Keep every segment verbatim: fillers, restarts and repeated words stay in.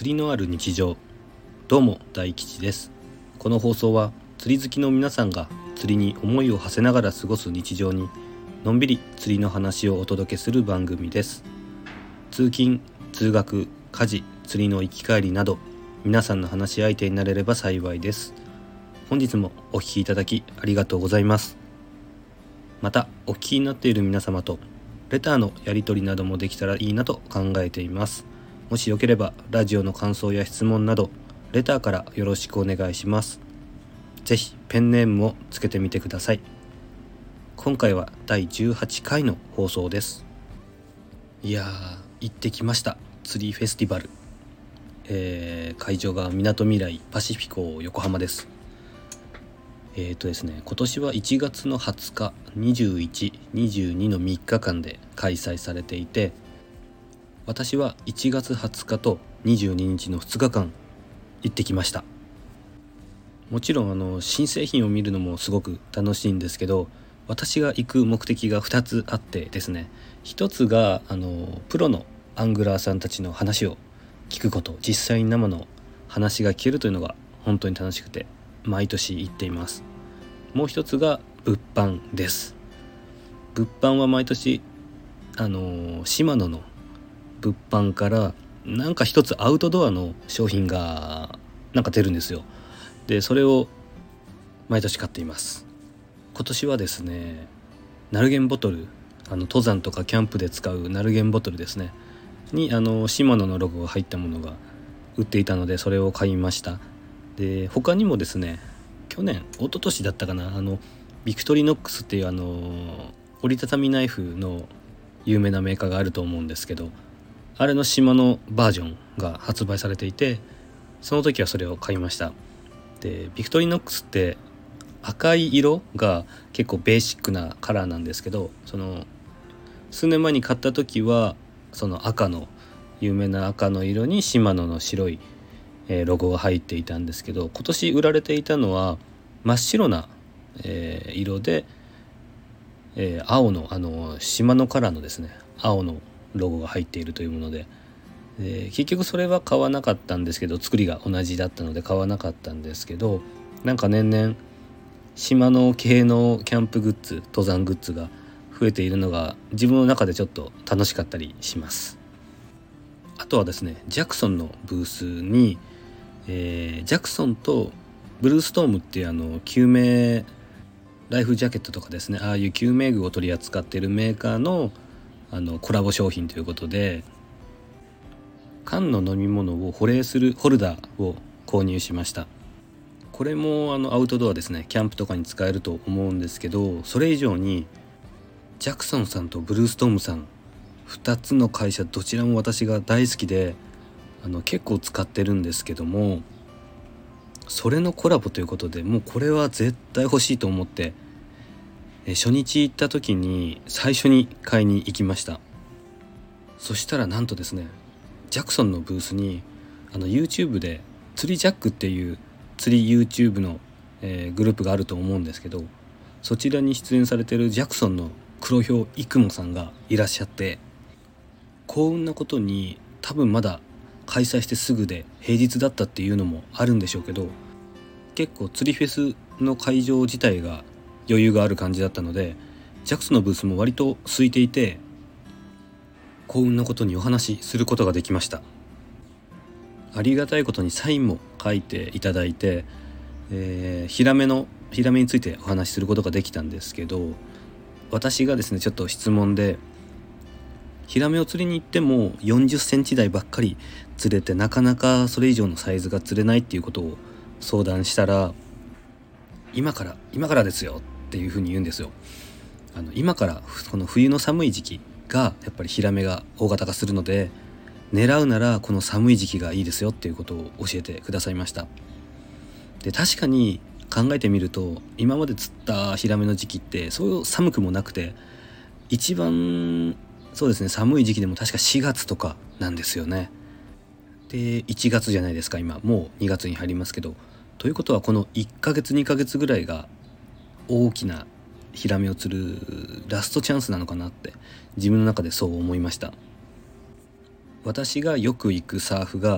釣りのある日常。どうも大吉です。この放送は釣り好きの皆さんが釣りに思いを馳せながら過ごす日常にのんびり釣りの話をお届けする番組です。通勤、通学、家事、釣りの行き帰りなど皆さんの話し相手になれれば幸いです。本日もお聞きいただきありがとうございます。またお聞きになっている皆様とレターのやり取りなどもできたらいいなと考えています。もしよければラジオの感想や質問などレターからよろしくお願いします。ぜひペンネームをつけてみてください。今回はだいじゅうはちかいの放送です。いやー行ってきました。釣りフェスティバル、えー、会場がみなとみらいパシフィコ横浜です。えーとですね今年はいちがつのはつか、にじゅういち、にじゅうにのみっかかんで開催されていて、私はいちがつはつかとにじゅうににちのふつかかん行ってきました。もちろんあの新製品を見るのもすごく楽しいんですけど、私が行く目的がふたつあってですね、ひとつがあのプロのアングラーさんたちの話を聞くこと、実際に生の話が聞けるというのが本当に楽しくて毎年行っています。もう一つが物販です。物販は毎年あのシマノの物販からなんか一つアウトドアの商品がなんか出るんですよ。でそれを毎年買っています。今年はですねナルゲンボトル、あの登山とかキャンプで使うナルゲンボトルですねにあのシマノのロゴが入ったものが売っていたのでそれを買いました。で他にもですね去年一昨年だったかな、あのビクトリノックスっていうあの折りたたみナイフの有名なメーカーがあると思うんですけど、あれのシマノバージョンが発売されていて、その時はそれを買いました。でビクトリノックスって赤い色が結構ベーシックなカラーなんですけど、その数年前に買った時はその赤の有名な赤の色にシマノの白いえー、ロゴが入っていたんですけど、今年売られていたのは真っ白な、えー、色で、えー、青のあの島のカラーのですね青のロゴが入っているというもので、えー、結局それは買わなかったんですけど、作りが同じだったので買わなかったんですけど、なんか年々島の系のキャンプグッズ、登山グッズが増えているのが自分の中でちょっと楽しかったりします。あとはですねジャクソンのブースにえー、ジャクソンとブルーストームっていうあの救命ライフジャケットとかですね、ああいう救命具を取り扱っているメーカーのあのコラボ商品ということで、缶の飲み物を保冷するホルダーを購入しました。これもあのアウトドアですね、キャンプとかに使えると思うんですけど、それ以上にジャクソンさんとブルーストームさんふたつの会社どちらも私が大好きで、あの結構使ってるんですけども、それのコラボということでもうこれは絶対欲しいと思って、え初日行った時に最初に買いに行きました。そしたらなんとですねジャクソンのブースにあの YouTube で釣りジャックっていう釣り YouTube の、えー、グループがあると思うんですけど、そちらに出演されているジャクソンの黒豹育茂さんがいらっしゃって、幸運なことに多分まだ開催してすぐで平日だったっていうのもあるんでしょうけど、結構釣りフェスの会場自体が余裕がある感じだったので、ジャクソンのブースも割と空いていて、幸運なことにお話しすることができました。ありがたいことにサインも書いていただいて、えー、ヒラメのヒラメについてお話しすることができたんですけど、私がですねちょっと質問で、ヒラメを釣りに行ってもよんじゅっセンチ台ばっかり釣れてなかなかそれ以上のサイズが釣れないっていうことを相談したら、今から今からですよっていうふうに言うんですよ。あの今からこの冬の寒い時期がやっぱりヒラメが大型化するので、狙うならこの寒い時期がいいですよっていうことを教えてくださいました。で確かに考えてみると今まで釣ったヒラメの時期ってそう寒くもなくて、一番そうですね寒い時期でも確かしがつとかなんですよね。でいちがつじゃないですか、今もうにがつに入りますけど、ということはこのいっかげつにかげつぐらいが大きなヒラメを釣るラストチャンスなのかなって自分の中でそう思いました。私がよく行くサーフが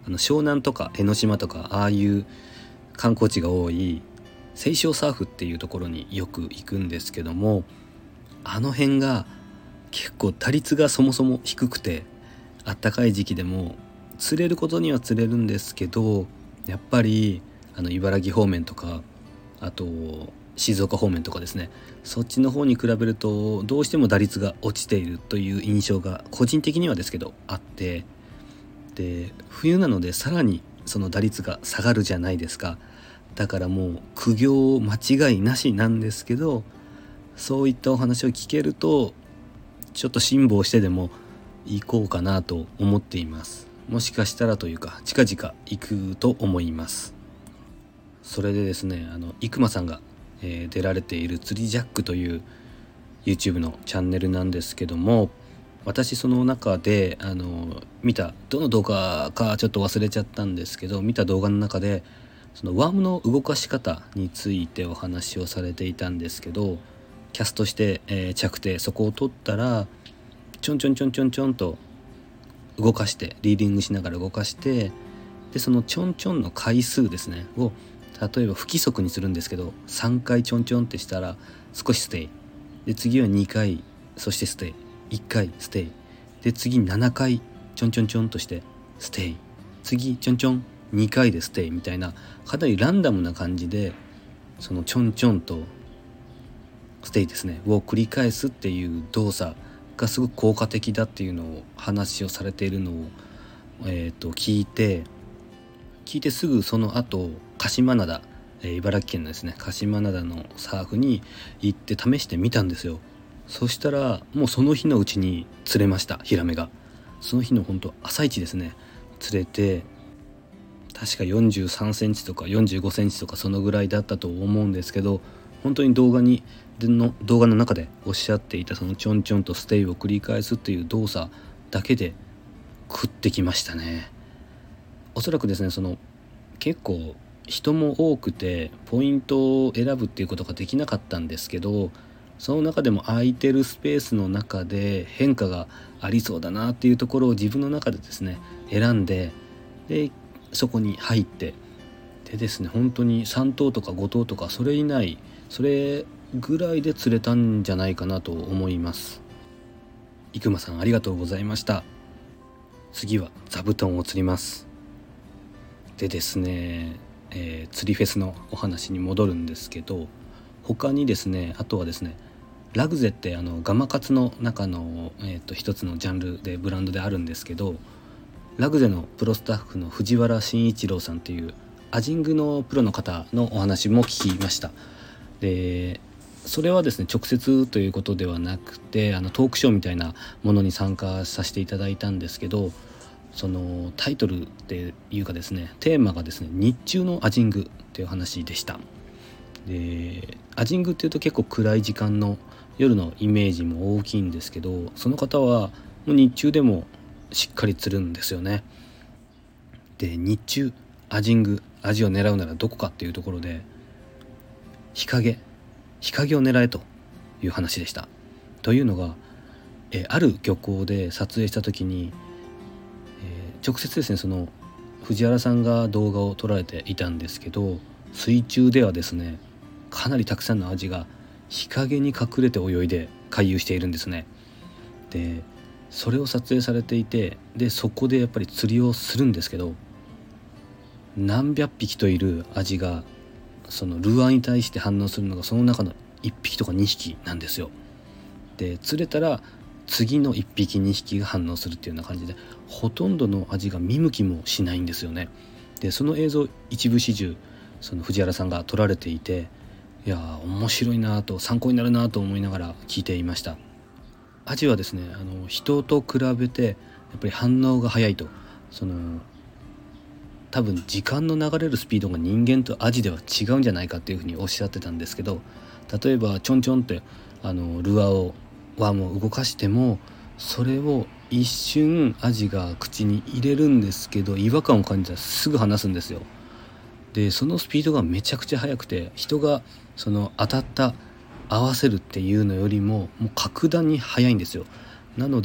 あの湘南とか江ノ島とかああいう観光地が多い西湘サーフっていうところによく行くんですけども、あの辺が結構打率がそもそも低くて、あったかい時期でも釣れることには釣れるんですけど、やっぱりあの茨城方面とかあと静岡方面とかですね、そっちの方に比べるとどうしても打率が落ちているという印象が個人的にはですけどあって、で冬なのでさらにその打率が下がるじゃないですか。だからもう苦行間違いなしなんですけど、そういったお話を聞けるとちょっと辛抱してでも行こうかなと思っています。もしかしたらというか近々行くと思います。それでですね、あの生間さんが、えー出られている釣りジャックという YouTube のチャンネルなんですけども、私その中であの見たどの動画かちょっと忘れちゃったんですけど、見た動画の中でそのワームの動かし方についてお話をされていたんですけど、キャストして、えー着底そこを取ったらちょんちょんちょんちょんちょんと動かして、リーディングしながら動かして、でそのちょんちょんの回数ですねを例えば不規則にするんですけど、さんかいちょんちょんってしたら少しステイで、次はにかいそしてステイ、いっかいステイで、次ななかいちょんちょんちょんとしてステイ、次ちょんちょんにかいでステイみたいな、かなりランダムな感じでそのちょんちょんとステイですねを繰り返すっていう動作がすごく効果的だっていうのを話をされているのを、えー、と聞いて聞いてすぐその後鹿島灘、えー茨城県のですね鹿島灘のサーフに行って試してみたんですよ。そしたらもうその日のうちに釣れました。ヒラメがその日の本当朝一ですね釣れて、確かよんじゅうさんセンチとかよんじゅうごセンチとかそのぐらいだったと思うんですけど、本当に動画にでの動画の中でおっしゃっていたそのちょんちょんとステイを繰り返すっていう動作だけで食ってきましたね。おそらくですねその結構人も多くてポイントを選ぶっていうことができなかったんですけど、その中でも空いてるスペースの中で変化がありそうだなっていうところを自分の中でですね選んで、でそこに入ってでですね本当にさん頭とかご頭とかそれ以内それぐらいで釣れたんじゃないかなと思います。生間さんありがとうございました。次は座布団を釣ります。でですね、えー釣りフェスのお話に戻るんですけど、他にですねあとはですねラグゼってあのガマカツの中の、えー、と一つのジャンルでブランドであるんですけど、ラグゼのプロスタッフの藤原慎一郎さんっていうアジングのプロの方のお話も聞きました。でそれはですね直接ということではなくてあのトークショーみたいなものに参加させていただいたんですけど、そのタイトルっていうかですねテーマがですね日中のアジングっていう話でした。でアジングっていうと結構暗い時間の夜のイメージも大きいんですけど、その方はもう日中でもしっかり釣るんですよね。で日中アジングアジを狙うならどこかっていうところで日陰日陰を狙えという話でした。というのが、えーある漁港で撮影した時に、えー直接ですねその藤原さんが動画を撮られていたんですけど、水中ではですねかなりたくさんのアジが日陰に隠れて泳いで回遊しているんですね。でそれを撮影されていて、でそこでやっぱり釣りをするんですけど、何百匹といるアジがそのルアーに対して反応するのがその中のいっぴきとかにひきなんですよ。で釣れたら次のいっぴきにひきが反応するっていうような感じで、ほとんどのアジが見向きもしないんですよね。でその映像一部始終その藤原さんが撮られていて、いやー面白いなと参考になるなと思いながら聞いていました。アジはですねあの人と比べてやっぱり反応が早いと、その多分時間の流れるスピードが人間とアジでは違うんじゃないかっていうふうにおっしゃってたんですけど、例えばちょんちょんってあのルアーをワームを動かしてもそれを一瞬アジが口に入れるんですけど、違和感を感じたらすぐ離すんですよ。でそのスピードがめちゃくちゃ速くて、人がその当たった合わせるっていうのよりももう格段に速いんですよ。なので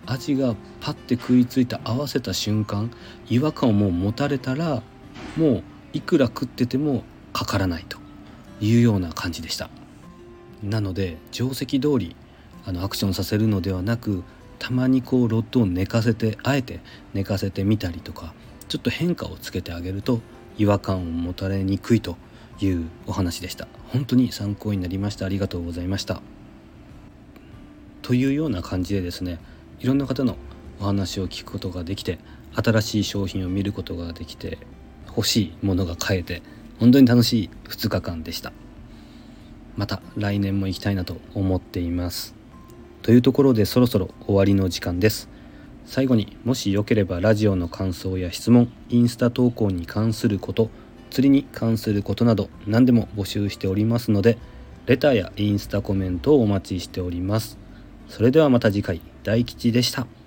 味がパッて食いついた合わせた瞬間、違和感をもう持たれたらもういくら食っててもかからないというような感じでした。なので定石通りあのアクションさせるのではなく、たまにこうロッドを寝かせてあえて寝かせてみたりとか、ちょっと変化をつけてあげると違和感を持たれにくいというお話でした。本当に参考になりました。ありがとうございました。というような感じでですね、いろんな方のお話を聞くことができて、新しい商品を見ることができて、欲しいものが買えて、本当に楽しいふつかかんでした。また来年も行きたいなと思っています。というところでそろそろ終わりの時間です。最後にもしよければラジオの感想や質問、インスタ投稿に関すること、釣りに関することなど何でも募集しておりますので、レターやインスタコメントをお待ちしております。それではまた次回、大吉でした。